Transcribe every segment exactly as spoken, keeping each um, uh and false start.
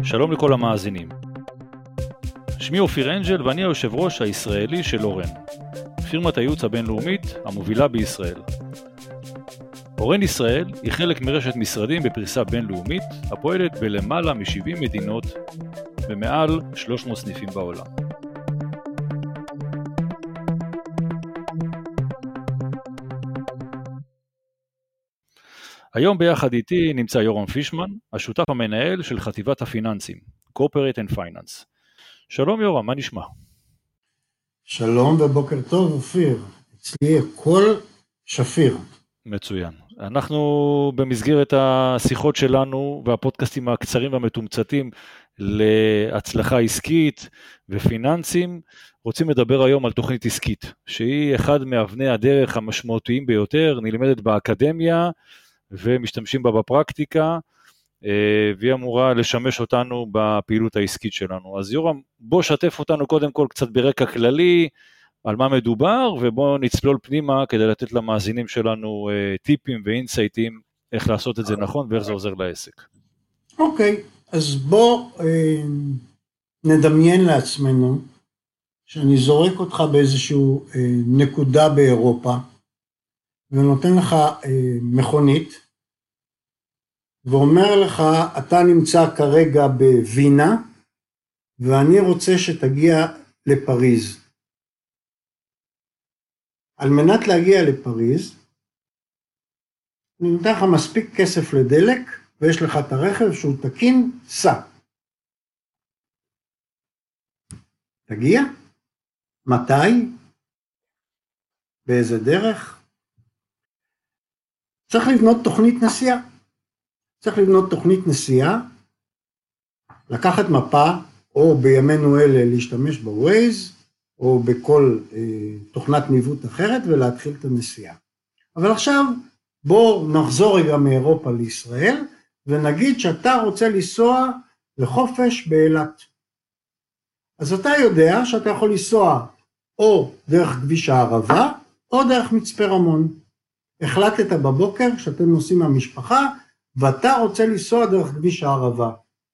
שלום לכל המאזינים. שמי אופיר אנג'ל ואני היושב ראש הישראלי של אורן, פירמת הייעוץ הבינלאומית המובילה בישראל. אורן ישראל היא חלק מרשת משרדים בפריסה בינלאומית הפועלת בלמעלה מ-שבעים מדינות ומעל שלוש מאות סניפים בעולם. היום ביחד איתי נמצא יורם פישמן, השותף המנהל של חטיבת הפיננסים, Corporate and Finance. שלום יורם, מה נשמע? שלום ובוקר טוב אופיר, אצלי הכל שפיר. מצוין. אנחנו במסגרת השיחות שלנו והפודקאסטים הקצרים והמתומצתים להצלחה עסקית ופיננסים, רוצים לדבר היום על תוכנית עסקית, שהיא אחד מאבני הדרך המשמעותיים ביותר, נלמדת באקדמיה ומשתמשים בה בפרקטיקה, והיא אמורה לשמש אותנו בפעילות העסקית שלנו. אז יורם, בוא שתף אותנו קודם כל קצת ברקע כללי, על מה מדובר, ובוא נצלול פנימה כדי לתת למאזינים שלנו טיפים ואינסייטים, איך לעשות את זה נכון ואיך זה עוזר לעסק. אוקיי, אז בוא אה, נדמיין לעצמנו, שאני זורק אותך באיזשהו אה, נקודה באירופה, ונותן לך אה, מכונית, ואומר לך, אתה נמצא כרגע בווינה, ואני רוצה שתגיע לפריז. על מנת להגיע לפריז, אני נותן לך מספיק כסף לדלק, ויש לך את הרכב שהוא תקין, סע. תגיע? מתי? באיזה דרך? צריך לבנות תוכנית נסיעה. צריך לבנות תוכנית נסיעה, לקחת מפה, או בימינו אלה להשתמש בווייז, או בכל אה, תוכנת ניווט אחרת, ולהתחיל את הנסיעה. אבל עכשיו בואו נחזור רגע מאירופה לישראל, ונגיד שאתה רוצה לנסוע לחופש באילת. אז אתה יודע שאתה יכול לנסוע או דרך כביש הערבה, או דרך מצפה רמון. החלטת בבוקר שאתם נוסעים מהמשפחה, ואתה רוצה לנסוע דרך כביש הערבה.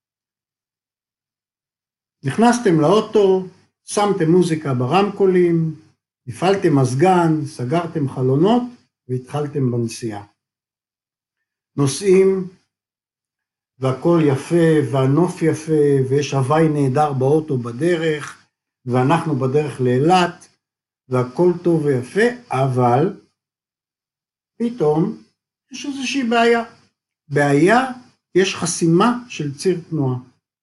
נכנסתם לאוטו, שמתם מוזיקה ברמקולים, הפעלתם מזגן, סגרתם חלונות, והתחלתם בנסיעה. נוסעים, והכל יפה, והנוף יפה, ויש הוואי נהדר באוטו בדרך, ואנחנו בדרך לאילת, והכל טוב ויפה, אבל פתאום יש איזושהי בעיה. בעיה, יש חסימה של ציר תנועה.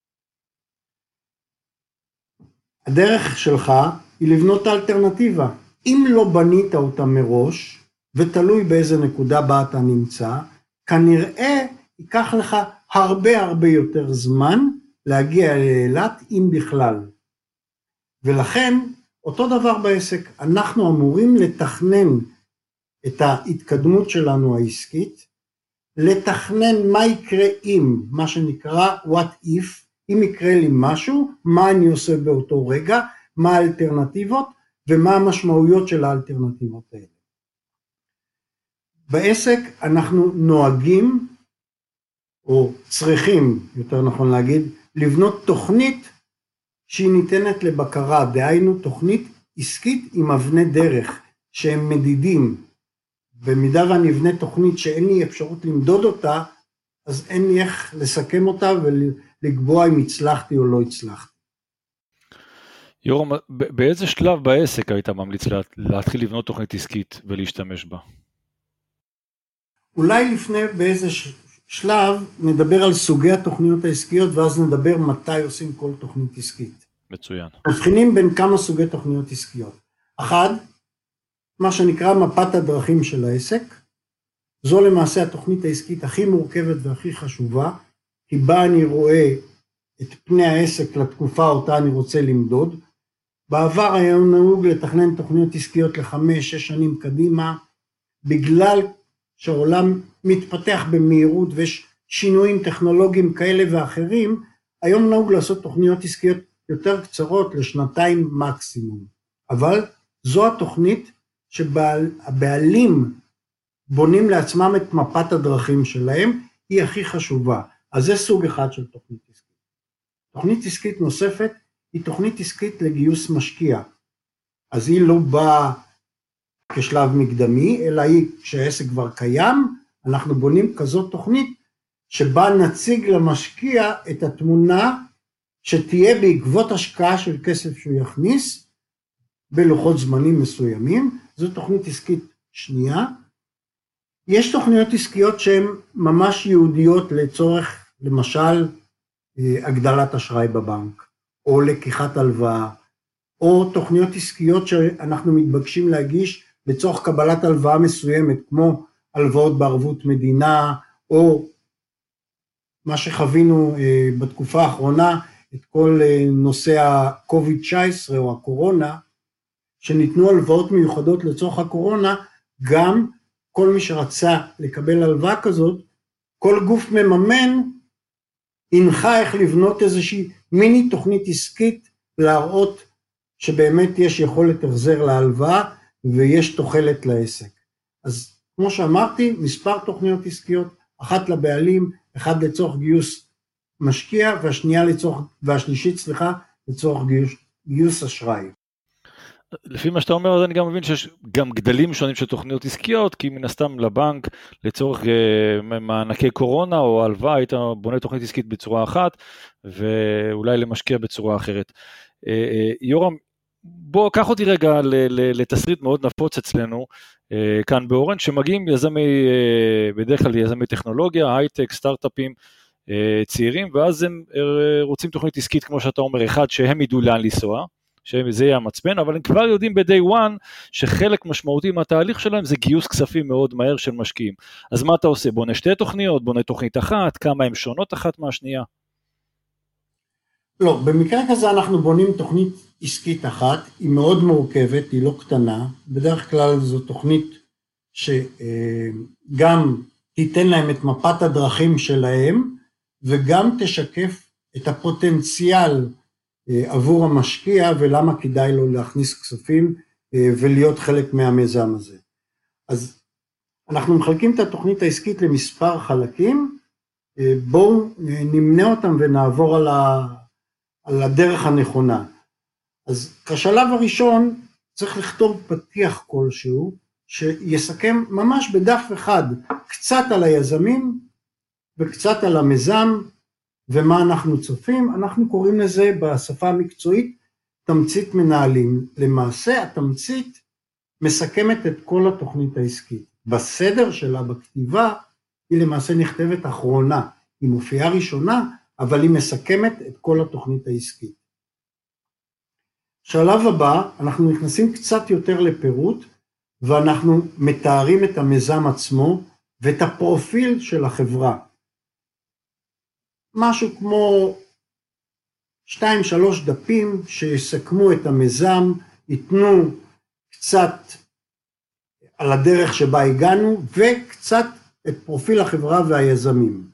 הדרך שלך היא לבנות האלטרנטיבה. אם לא בנית אותה מראש, ותלוי באיזה נקודה בה אתה נמצא, כנראה ייקח לך הרבה הרבה יותר זמן להגיע לאילת, אם בכלל. ולכן, אותו דבר בעסק, אנחנו אמורים לתכנן את ההתקדמות שלנו העסקית, לתכנן מה יקרה אם, מה שנקרא what if, אם יקרה לי משהו, מה אני עושה באותו רגע, מה האלטרנטיבות, ומה המשמעויות של האלטרנטיבות האלה. בעסק אנחנו נוהגים, או צריכים, יותר נכון להגיד, לבנות תוכנית שהיא ניתנת לבקרה, דהיינו תוכנית עסקית עם אבני דרך, שהם מדידים. במידה ואני אבנה תוכנית שאין לי אפשרות למדוד אותה, אז אין לי איך לסכם אותה ולקבוע אם הצלחתי או לא הצלחתי. יורם, באיזה שלב בעסק היית ממליץ להתחיל לבנות תוכנית עסקית ולהשתמש בה? אולי לפני באיזה שלב נדבר על סוגי התוכניות העסקיות, ואז נדבר מתי עושים כל תוכנית עסקית. מצוין. מבחינים בין כמה סוגי תוכניות עסקיות. אחד, מה שנקרא מפת הדרכים של העסק, זו למעשה התוכנית העסקית הכי מורכבת והכי חשובה, כי בה אני רואה את פני העסק לתקופה אותה אני רוצה למדוד. בעבר היה נהוג לתכנן תוכניות עסקיות לחמש, שש שנים קדימה, בגלל שהעולם מתפתח במהירות ויש שינויים טכנולוגיים כאלה ואחרים, היום נהוג לעשות תוכניות עסקיות יותר קצרות לשנתיים מקסימום. אבל זו התוכנית שהבעלים בונים לעצמם את מפת הדרכים שלהם, היא הכי חשובה. אז זה סוג אחד של תוכנית עסקית. תוכנית עסקית נוספת היא תוכנית עסקית לגיוס משקיע, אז היא לא באה כשלב מקדמי, אלא היא כשהעסק כבר קיים, אנחנו בונים כזאת תוכנית, שבה נציג למשקיע את התמונה, שתהיה בעקבות השקעה של כסף שהוא יכניס, בלוחות זמנים מסוימים. זו תוכנית עסקית שנייה. יש תוכניות עסקיות שהן ממש ייעודיות לצורך, למשל, הגדלת אשראי בבנק, או לקיחת הלוואה, או תוכניות עסקיות שאנחנו מתבקשים להגיש לצורך קבלת הלוואה מסוימת, כמו הלוואות בערבות מדינה, או מה שחווינו בתקופה האחרונה, את כל נושא ה-קוביד תשע עשרה או הקורונה, שניתנו הלוואות מיוחדות לצורך הקורונה, גם כל מי שרצה לקבל הלוואה כזאת, כל גוף מממן, הנחה איך לבנות איזושהי מיני תוכנית עסקית, להראות שבאמת יש יכולת החזר להלוואה, ויש תוחלת לעסק. אז כמו שאמרתי, מספר תוכניות עסקיות, אחת לבעלים, אחד לצורך גיוס משקיע, והשנייה לצורך, והשלישית, סליחה, לצורך גיוס, גיוס אשראי. לפי מה שאתה אומר, אני גם מבין שיש גם גדלים שונים של תוכניות עסקיות, כי מן הסתם לבנק, לצורך מענקי קורונה או הלוואה, היית בונה תוכנית עסקית בצורה אחת, ואולי למשקיע בצורה אחרת. יורם, בוא, קח אותי רגע לתסריט מאוד נפוץ אצלנו, כאן באורן, שמגיעים יזמי, בדרך כלל יזמי טכנולוגיה, הייטק, סטארט-אפים, צעירים, ואז הם רוצים תוכנית עסקית, כמו שאתה אומר, אחד, שהם ידעו לאן לנסוע, שזה יהיה המצפן, אבל הם כבר יודעים ב-day one, שחלק משמעותי מהתהליך שלהם, זה גיוס כספים מאוד מהר של משקיעים. אז מה אתה עושה? בונה שתי תוכניות, בונה תוכנית אחת, כמה הן שונות אחת מהשנייה? לא, במקרה כזה אנחנו בונים תוכנית עסקית אחת, היא מאוד מורכבת, היא לא קטנה, בדרך כלל זו תוכנית שגם תיתן להם את מפת הדרכים שלהם, וגם תשקף את הפוטנציאל עבור המשקיע, ולמה כדאי לו להכניס כספים ולהיות חלק מהמיזם הזה. אז אנחנו מחלקים את התוכנית העסקית למספר חלקים, בואו נמנה אותם ונעבור על ה... על הדרך הנכונה. אז כשלב הראשון צריך לכתוב פתיח כלשהו, שיסכם ממש בדף אחד, קצת על היזמים, וקצת על המיזם, ומה אנחנו צופים. אנחנו קוראים לזה בשפה המקצועית, תמצית מנהלים. למעשה התמצית מסכמת את כל התוכנית העסקית. בסדר שלה, בכתיבה, היא למעשה נכתבת אחרונה. היא מופיעה ראשונה, אבל היא מסכמת את כל התוכנית העסקית. שלב הבא, אנחנו נכנסים קצת יותר לפירוט, ואנחנו מתארים את המיזם עצמו, ואת הפרופיל של החברה. משהו כמו שתיים שלוש דפים, שיסכמו את המיזם, ייתנו קצת על הדרך שבה הגענו, וקצת את פרופיל החברה והיזמים.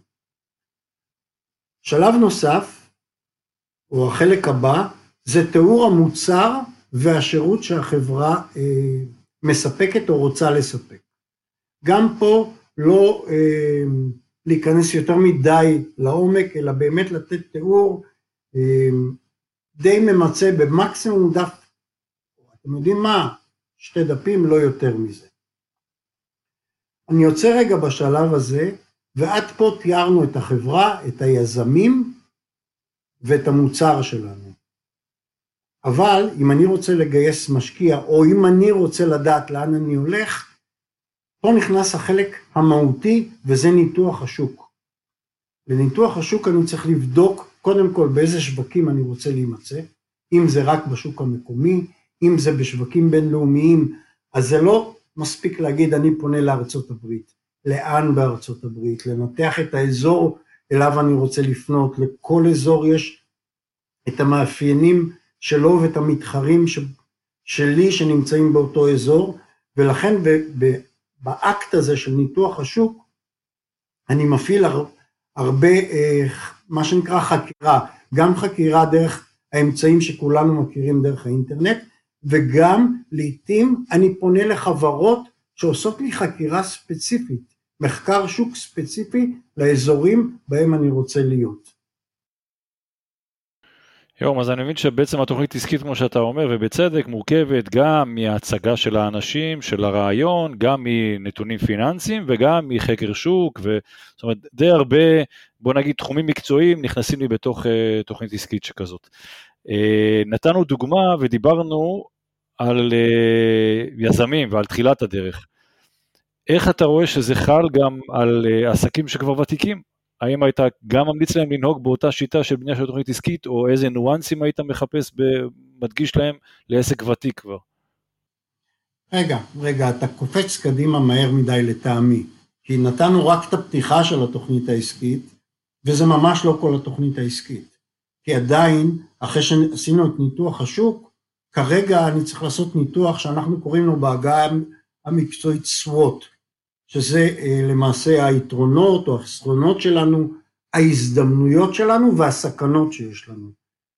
שלב נוסף, או החלק הבא, זה תיאור המוצר והשירות שהחברה אה, מספקת או רוצה לספק. גם פה לא אה, להיכנס יותר מדי לעומק, אלא באמת לתת תיאור אה, די ממצה במקסימום דף, אתם יודעים מה? שתי דפים, לא יותר מזה. אני יוצא רגע בשלב הזה, ועד פה תיארנו את החברה, את היזמים ואת המוצר שלנו. אבל אם אני רוצה לגייס משקיע, או אם אני רוצה לדעת לאן אני הולך, פה נכנס החלק המהותי, וזה ניתוח השוק. לניתוח השוק אני צריך לבדוק קודם כל באיזה שווקים אני רוצה להימצא, אם זה רק בשוק המקומי, אם זה בשווקים בינלאומיים, אז זה לא מספיק להגיד אני פונה לארצות הברית. לאן בארצות הברית, לנתח את האזור אליו אני רוצה לפנות, לכל אזור יש את המאפיינים שלו ואת המתחרים ש... שלי שנמצאים באותו אזור, ולכן ב... ב... באקט הזה של ניתוח השוק, אני מפעיל הר... הרבה, אה, מה שנקרא חקירה, גם חקירה דרך האמצעים שכולנו מכירים דרך האינטרנט, וגם לעתים אני פונה לחברות שעושות לי חקירה ספציפית, מחקר שוק ספציפי לאזורים בהם אני רוצה להיות. יום, אז אני מבין שבעצם התוכנית עסקית, כמו שאתה אומר, ובצדק, מורכבת גם מההצגה של האנשים, של הרעיון, גם מנתונים פיננסיים, וגם מחקר שוק, ו... זאת אומרת, די הרבה, בוא נגיד, תחומים מקצועיים נכנסים לי בתוך uh, תוכנית עסקית שכזאת. Uh, נתנו דוגמה ודיברנו על uh, יזמים ועל תחילת הדרך. איך אתה רואה שזה חל גם על uh, עסקים שכבר ותיקים? האם היית גם ממליץ להם לנהוג באותה שיטה של בנייה של תוכנית עסקית, או איזה ניואנסים היית מחפש, מדגיש להם לעסק ותיק כבר? רגע, רגע, אתה קופץ קדימה מהר מדי לטעמי, כי נתנו רק את הפתיחה של התוכנית העסקית, וזה ממש לא כל התוכנית העסקית. כי עדיין, אחרי שעשינו את ניתוח השוק, כרגע אני צריך לעשות ניתוח שאנחנו קוראים לו בהגה המקצועית סוואט, שזה למעשה היתרונות או החסרונות שלנו, ההזדמנויות שלנו והסכנות שיש לנו.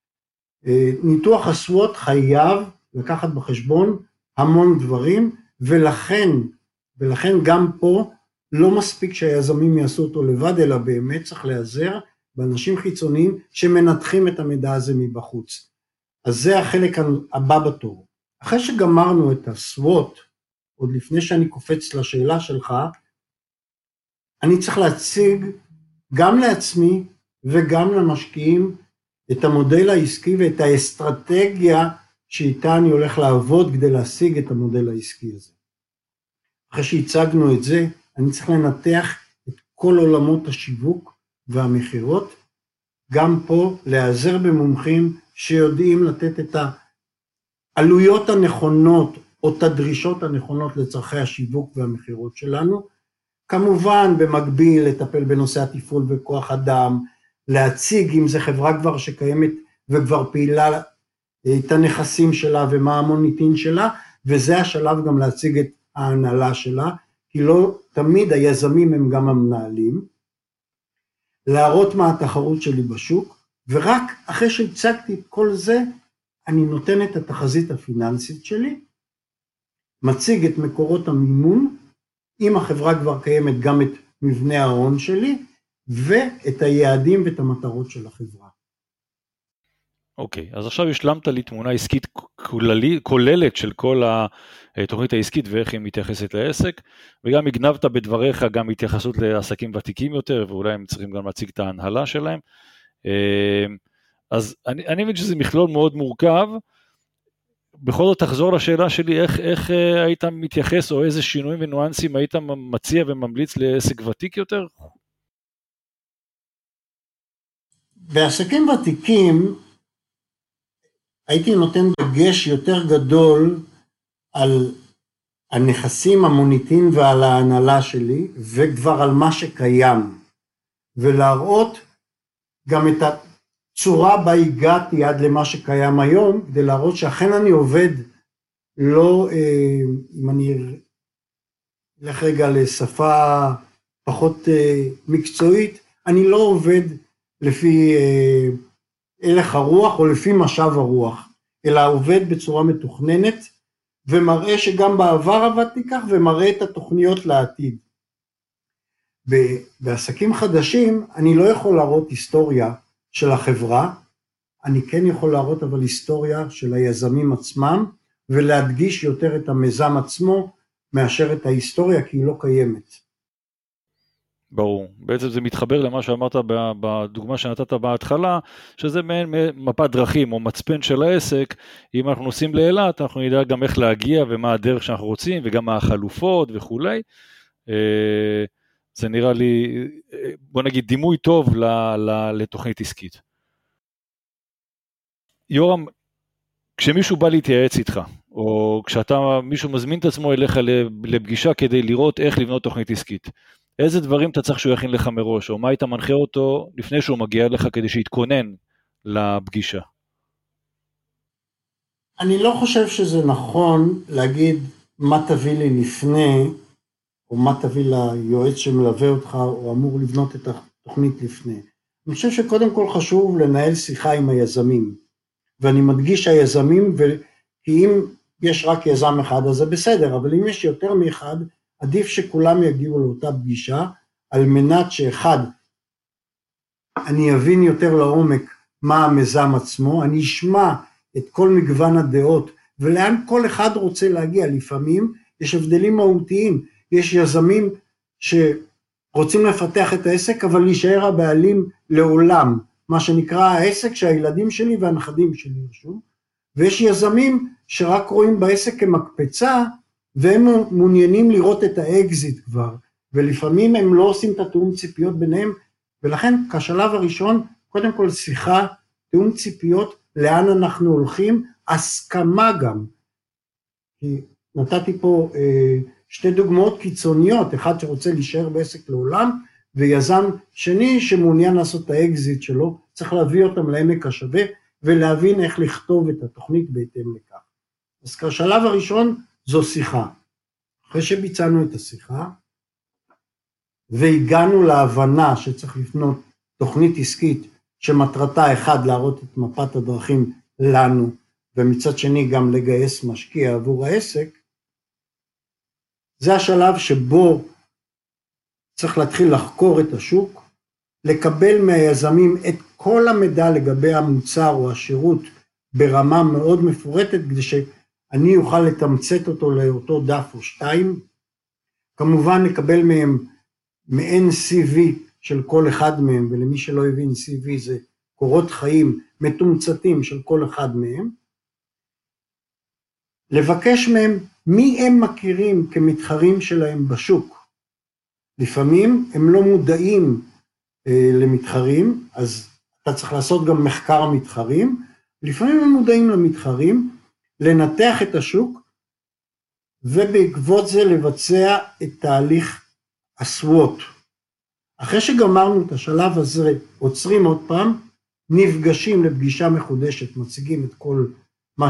ניתוח הסוואט חייב לקחת בחשבון המון דברים, ולכן, ולכן גם פה לא מספיק שהיזמים יעשו אותו לבד, אלא באמת צריך להיעזר באנשים חיצוניים שמנתחים את המידע הזה מבחוץ. אז זה החלק הבא בתור. אחרי שגמרנו את הסוואט, עוד לפני שאני קופץ לשאלה שלך, אני צריך להציג גם לעצמי וגם למשקיעים את המודל העסקי ואת האסטרטגיה שאיתה אני הולך לעבוד כדי להשיג את המודל העסקי הזה. אחרי שהצגנו את זה, אני צריך לנתח את כל עולמות השיווק והמחירות, גם פה להיעזר במומחים שיודעים לתת את העלויות הנכונות או את הדרישות הנכונות לצרכי השיווק והמחירות שלנו, כמובן במקביל לטפל בנושא התפעול וכוח אדם, להציג אם זה חברה כבר שקיימת וכבר פעילה את הנכסים שלה ומה המוניטין שלה, וזה השלב גם להציג את ההנהלה שלה, כי לא תמיד היזמים הם גם המנהלים, להראות מה התחרות שלי בשוק, ורק אחרי שהצגתי את כל זה, אני נותן את התחזית הפיננסית שלי, מציג את מקורות המימון, אם החברה כבר קיימת גם את מבנה ההון שלי, ואת היעדים ואת המטרות של החברה. אוקיי, אז עכשיו השלמת לי תמונה עסקית כוללי, כוללת של כל התוכנית העסקית ואיך היא מתייחסת לעסק, וגם הגנבת בדבריך גם התייחסות לעסקים ותיקים יותר, ואולי הם צריכים גם להציג את ההנהלה שלהם. אז אני, אני מבין שזה מכלול מאוד מורכב. בכל זאת תחזור לשאלה שלי, איך, איך היית מתייחס, או איזה שינויים וניואנסים היית מציע וממליץ לעסק ותיק יותר? בעסקים ותיקים, הייתי נותן דגש יותר גדול על הנכסים, המוניטין ועל ההנהלה שלי, וכבר על מה שקיים, ולהראות גם את הצורה בה הגעתי עד למה שקיים היום, כדי להראות שאכן אני עובד, לא, אם אני אלך רגע לשפה פחות מקצועית, אני לא עובד לפי הלך הרוח או לפי משב הרוח, אלא עובד בצורה מתוכננת, ומראה שגם בעבר עבדתי כך, ומראה את התוכניות לעתיד. בעסקים חדשים אני לא יכול להראות היסטוריה של החברה, אני כן יכול להראות אבל היסטוריה של היזמים עצמם, ולהדגיש יותר את המיזם עצמו, מאשר את ההיסטוריה, כי היא לא קיימת. ברור, בעצם זה מתחבר למה שאמרת בדוגמה שנתת בהתחלה, שזה מעין מפת דרכים או מצפן של העסק. אם אנחנו נוסעים לאילת, אנחנו נדע גם איך להגיע ומה הדרך שאנחנו רוצים, וגם מה החלופות וכולי. זה נראה לי, בוא נגיד, דימוי טוב לתוכנית עסקית. יורם, כשמישהו בא להתייעץ איתך, או כשאתה, מישהו מזמין את עצמו אליך לפגישה כדי לראות איך לבנות תוכנית עסקית, איזה דברים אתה צריך שהוא יכין לך מראש, או מה היית מנחה אותו לפני שהוא מגיע לך כדי שיתכונן לפגישה? אני לא חושב שזה נכון להגיד מה תביא לי לפני, או מה תביא ליועץ שמלווה אותך, או אמור לבנות את התוכנית לפני. אני חושב שקודם כל חשוב לנהל שיחה עם היזמים, ואני מדגיש היזמים, כי אם יש רק יזם אחד אז זה בסדר, אבל אם יש יותר מאחד, עדיף שכולם יגיעו לאותה פגישה, על מנת שאחד, אני אבין יותר לעומק מה המיזם עצמו, אני אשמע את כל מגוון הדעות, ולאן כל אחד רוצה להגיע. לפעמים יש הבדלים מהותיים, יש יזמים שרוצים לפתח את העסק, אבל להישאר הבעלים לעולם, מה שנקרא העסק שהילדים שלי והנכדים שלי ירשו, ויש יזמים שרק רואים בעסק כמקפצה, והם מעוניינים לראות את האקזיט כבר, ולפעמים הם לא עושים את התאום ציפיות ביניהם, ולכן כשלב הראשון, קודם כל שיחה, תאום ציפיות, לאן אנחנו הולכים, הסכמה גם, כי נתתי פה אה, שתי דוגמאות קיצוניות, אחד שרוצה להישאר בעסק לעולם, ויזם שני שמעוניין לעשות את האקזיט שלו, צריך להביא אותם לעמק השווה, ולהבין איך לכתוב את התוכנית בהתאם לכך. אז כשלב הראשון זו שיחה. אחרי שביצענו את השיחה, והגענו להבנה שצריך לפנות תוכנית עסקית, שמטרתה אחד להראות את מפת הדרכים לנו, ומצד שני גם לגייס משקיע עבור העסק, זה השלב שבו צריך להתחיל לחקור את השוק, לקבל מהיזמים את כל המידע לגבי המוצר או השירות ברמה מאוד מפורטת, כדי שאני אוכל לתמצת אותו לאותו דף או שתיים, כמובן לקבל מהם מעין סי וי של כל אחד מהם, ולמי שלא הבין סי וי זה קורות חיים מתומצתים של כל אחד מהם, לבקש מהם מי הם מכירים כמתחרים שלהם בשוק. לפעמים הם לא מודעים אה, למתחרים, אז אתה צריך לעשות גם מחקר המתחרים, לפעמים הם מודעים למתחרים, לנתח את השוק, ובעקבות זה לבצע את תהליך הסוואט. אחרי שגמרנו את השלב הזה, עוצרים עוד פעם, נפגשים לפגישה מחודשת, מציגים את כל מה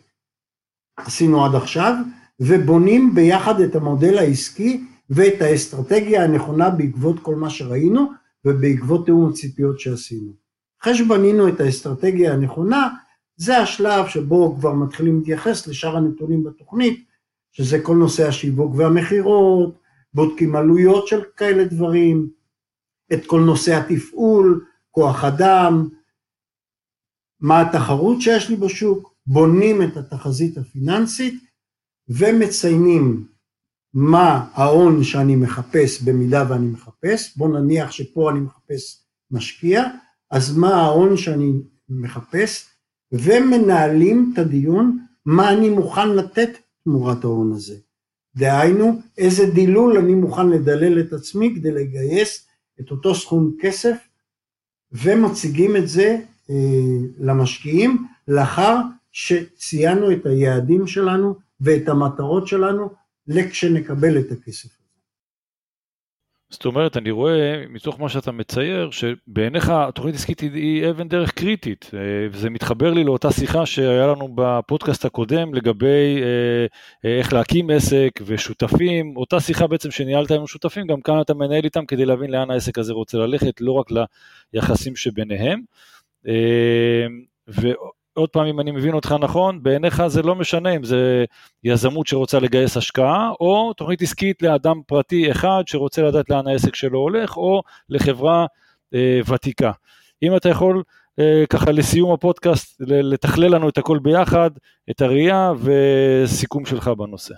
שעשינו עד עכשיו, ובונים ביחד את המודל העסקי ואת האסטרטגיה הנכונה בעקבות כל מה שראינו, ובעקבות תיאום הציפיות שעשינו. אחרי שבנינו את האסטרטגיה הנכונה, זה השלב שבו כבר מתחילים להתייחס לשאר הנתונים בתוכנית, שזה כל נושא השיווק והמחירות, בודקים עלויות של כאלה דברים, את כל נושא התפעול, כוח אדם, מה התחרות שיש לי בשוק, בונים את התחזית הפיננסית, ומציינים מה ההון שאני מחפש במידה ואני מחפש, בוא נניח שפה אני מחפש משקיע, אז מה ההון שאני מחפש, ומנהלים את הדיון, מה אני מוכן לתת תמורת ההון הזה. דהיינו, איזה דילול אני מוכן לדלל את עצמי, כדי לגייס את אותו סכום כסף, ומציגים את זה אה, למשקיעים, לאחר שציינו את היעדים שלנו, ואת המטרות שלנו, לכשנקבל את הכסף הזה. זאת אומרת, אני רואה מתוך מה שאתה מצייר, שבעיניך התוכנית עסקית היא אבן דרך קריטית, וזה מתחבר לי לאותה שיחה שהיה לנו בפודקאסט הקודם, לגבי איך להקים עסק ושותפים, אותה שיחה בעצם שניהלת עם שותפים, גם כאן אתה מנהל איתם כדי להבין לאן העסק הזה רוצה ללכת, לא רק ליחסים שביניהם, ו... עוד פעם, אם אני מבין אותך נכון, בעיניך זה לא משנה אם זה יזמות שרוצה לגייס השקעה, או תוכנית עסקית לאדם פרטי אחד שרוצה לדעת לאן העסק שלו הולך, או לחברה אה, ותיקה. אם אתה יכול אה, ככה לסיום הפודקאסט, לתכלל לנו את הכל ביחד, את הראייה וסיכום שלך בנושא.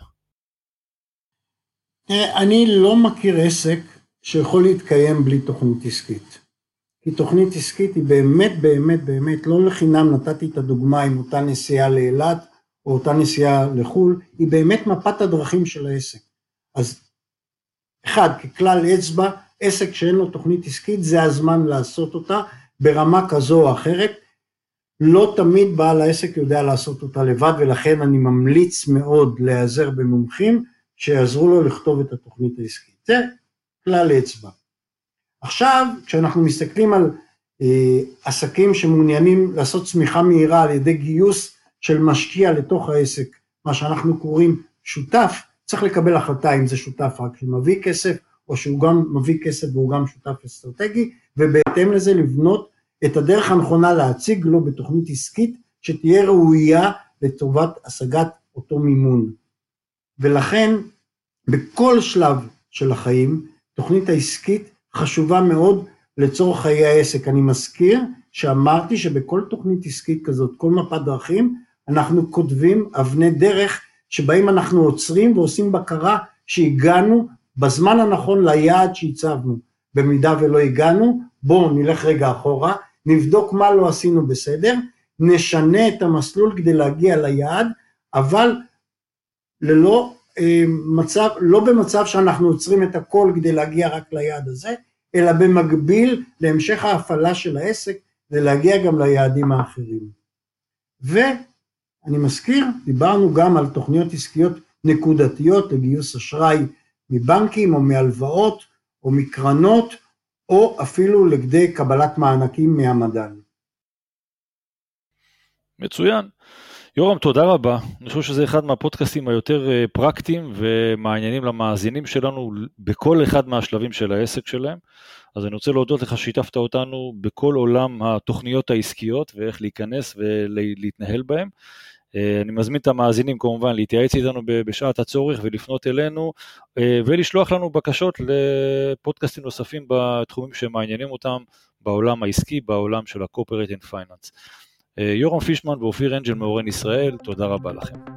אני לא מכיר עסק שיכול להתקיים בלי תוכנית עסקית. כי תוכנית עסקית היא באמת, באמת, באמת, לא לחינם נתתי את הדוגמה עם אותה נסיעה לאילת, או אותה נסיעה לחול, היא באמת מפת הדרכים של העסק. אז אחד, ככלל אצבע, עסק שאין לו תוכנית עסקית, זה הזמן לעשות אותה, ברמה כזו או אחרת, לא תמיד בעל העסק יודע לעשות אותה לבד, ולכן אני ממליץ מאוד להיעזר במומחים, שיעזרו לו לכתוב את התוכנית העסקית. זה כלל אצבע. עכשיו, כשאנחנו מסתכלים על אה, עסקים שמעוניינים לעשות צמיחה מהירה על ידי גיוס של משקיע לתוך העסק, מה שאנחנו קוראים שותף, צריך לקבל החלטה אם זה שותף רק שמביא כסף, או שהוא גם מביא כסף והוא גם שותף אסטרטגי, ובהתאם לזה לבנות את הדרך הנכונה להציג לו בתוכנית עסקית, שתהיה ראויה לטובת השגת אותו מימון. ולכן, בכל שלב של החיים, תוכנית העסקית, חשובה מאוד, לצורך חיי העסק. אני מזכיר שאמרתי שבכל תוכנית עסקית כזאת, כל מפת דרכים, אנחנו כותבים אבני דרך שבהם אנחנו עוצרים ועושים בקרה שהגענו בזמן הנכון ליעד שהצבנו. במידה ולא הגענו, בואו נלך רגע אחורה, נבדוק מה לא עשינו בסדר, נשנה את המסלול כדי להגיע ליעד, אבל ללא אה, מצב, לא במצב שאנחנו עוצרים את הכל כדי להגיע רק ליעד הזה, אלא במקביל להמשך ההפעלה של העסק, ולהגיע גם ליעדים האחרים. ואני מזכיר, דיברנו גם על תוכניות עסקיות נקודתיות לגיוס אשראי מבנקים או מהלוואות או מקרנות, או אפילו לכדי קבלת מענקים מהמדען. מצוין. יורם, תודה רבה. אני חושב שזה אחד מהפודקאסטים היותר פרקטיים ומעניינים למאזינים שלנו בכל אחד מהשלבים של העסק שלהם. אז אני רוצה להודות לך שיתפת אותנו בכל עולם התוכניות העסקיות ואיך להיכנס ולהתנהל בהם. אני מזמין את המאזינים כמובן להתייעץ איתנו בשעת הצורך ולפנות אלינו ולשלוח לנו בקשות לפודקאסטים נוספים בתחומים שמעניינים אותם בעולם העסקי, בעולם של ה-Corporate and Finance. יורם פישמן ואופיר אנג'ל מאורן ישראל, תודה רבה לכם.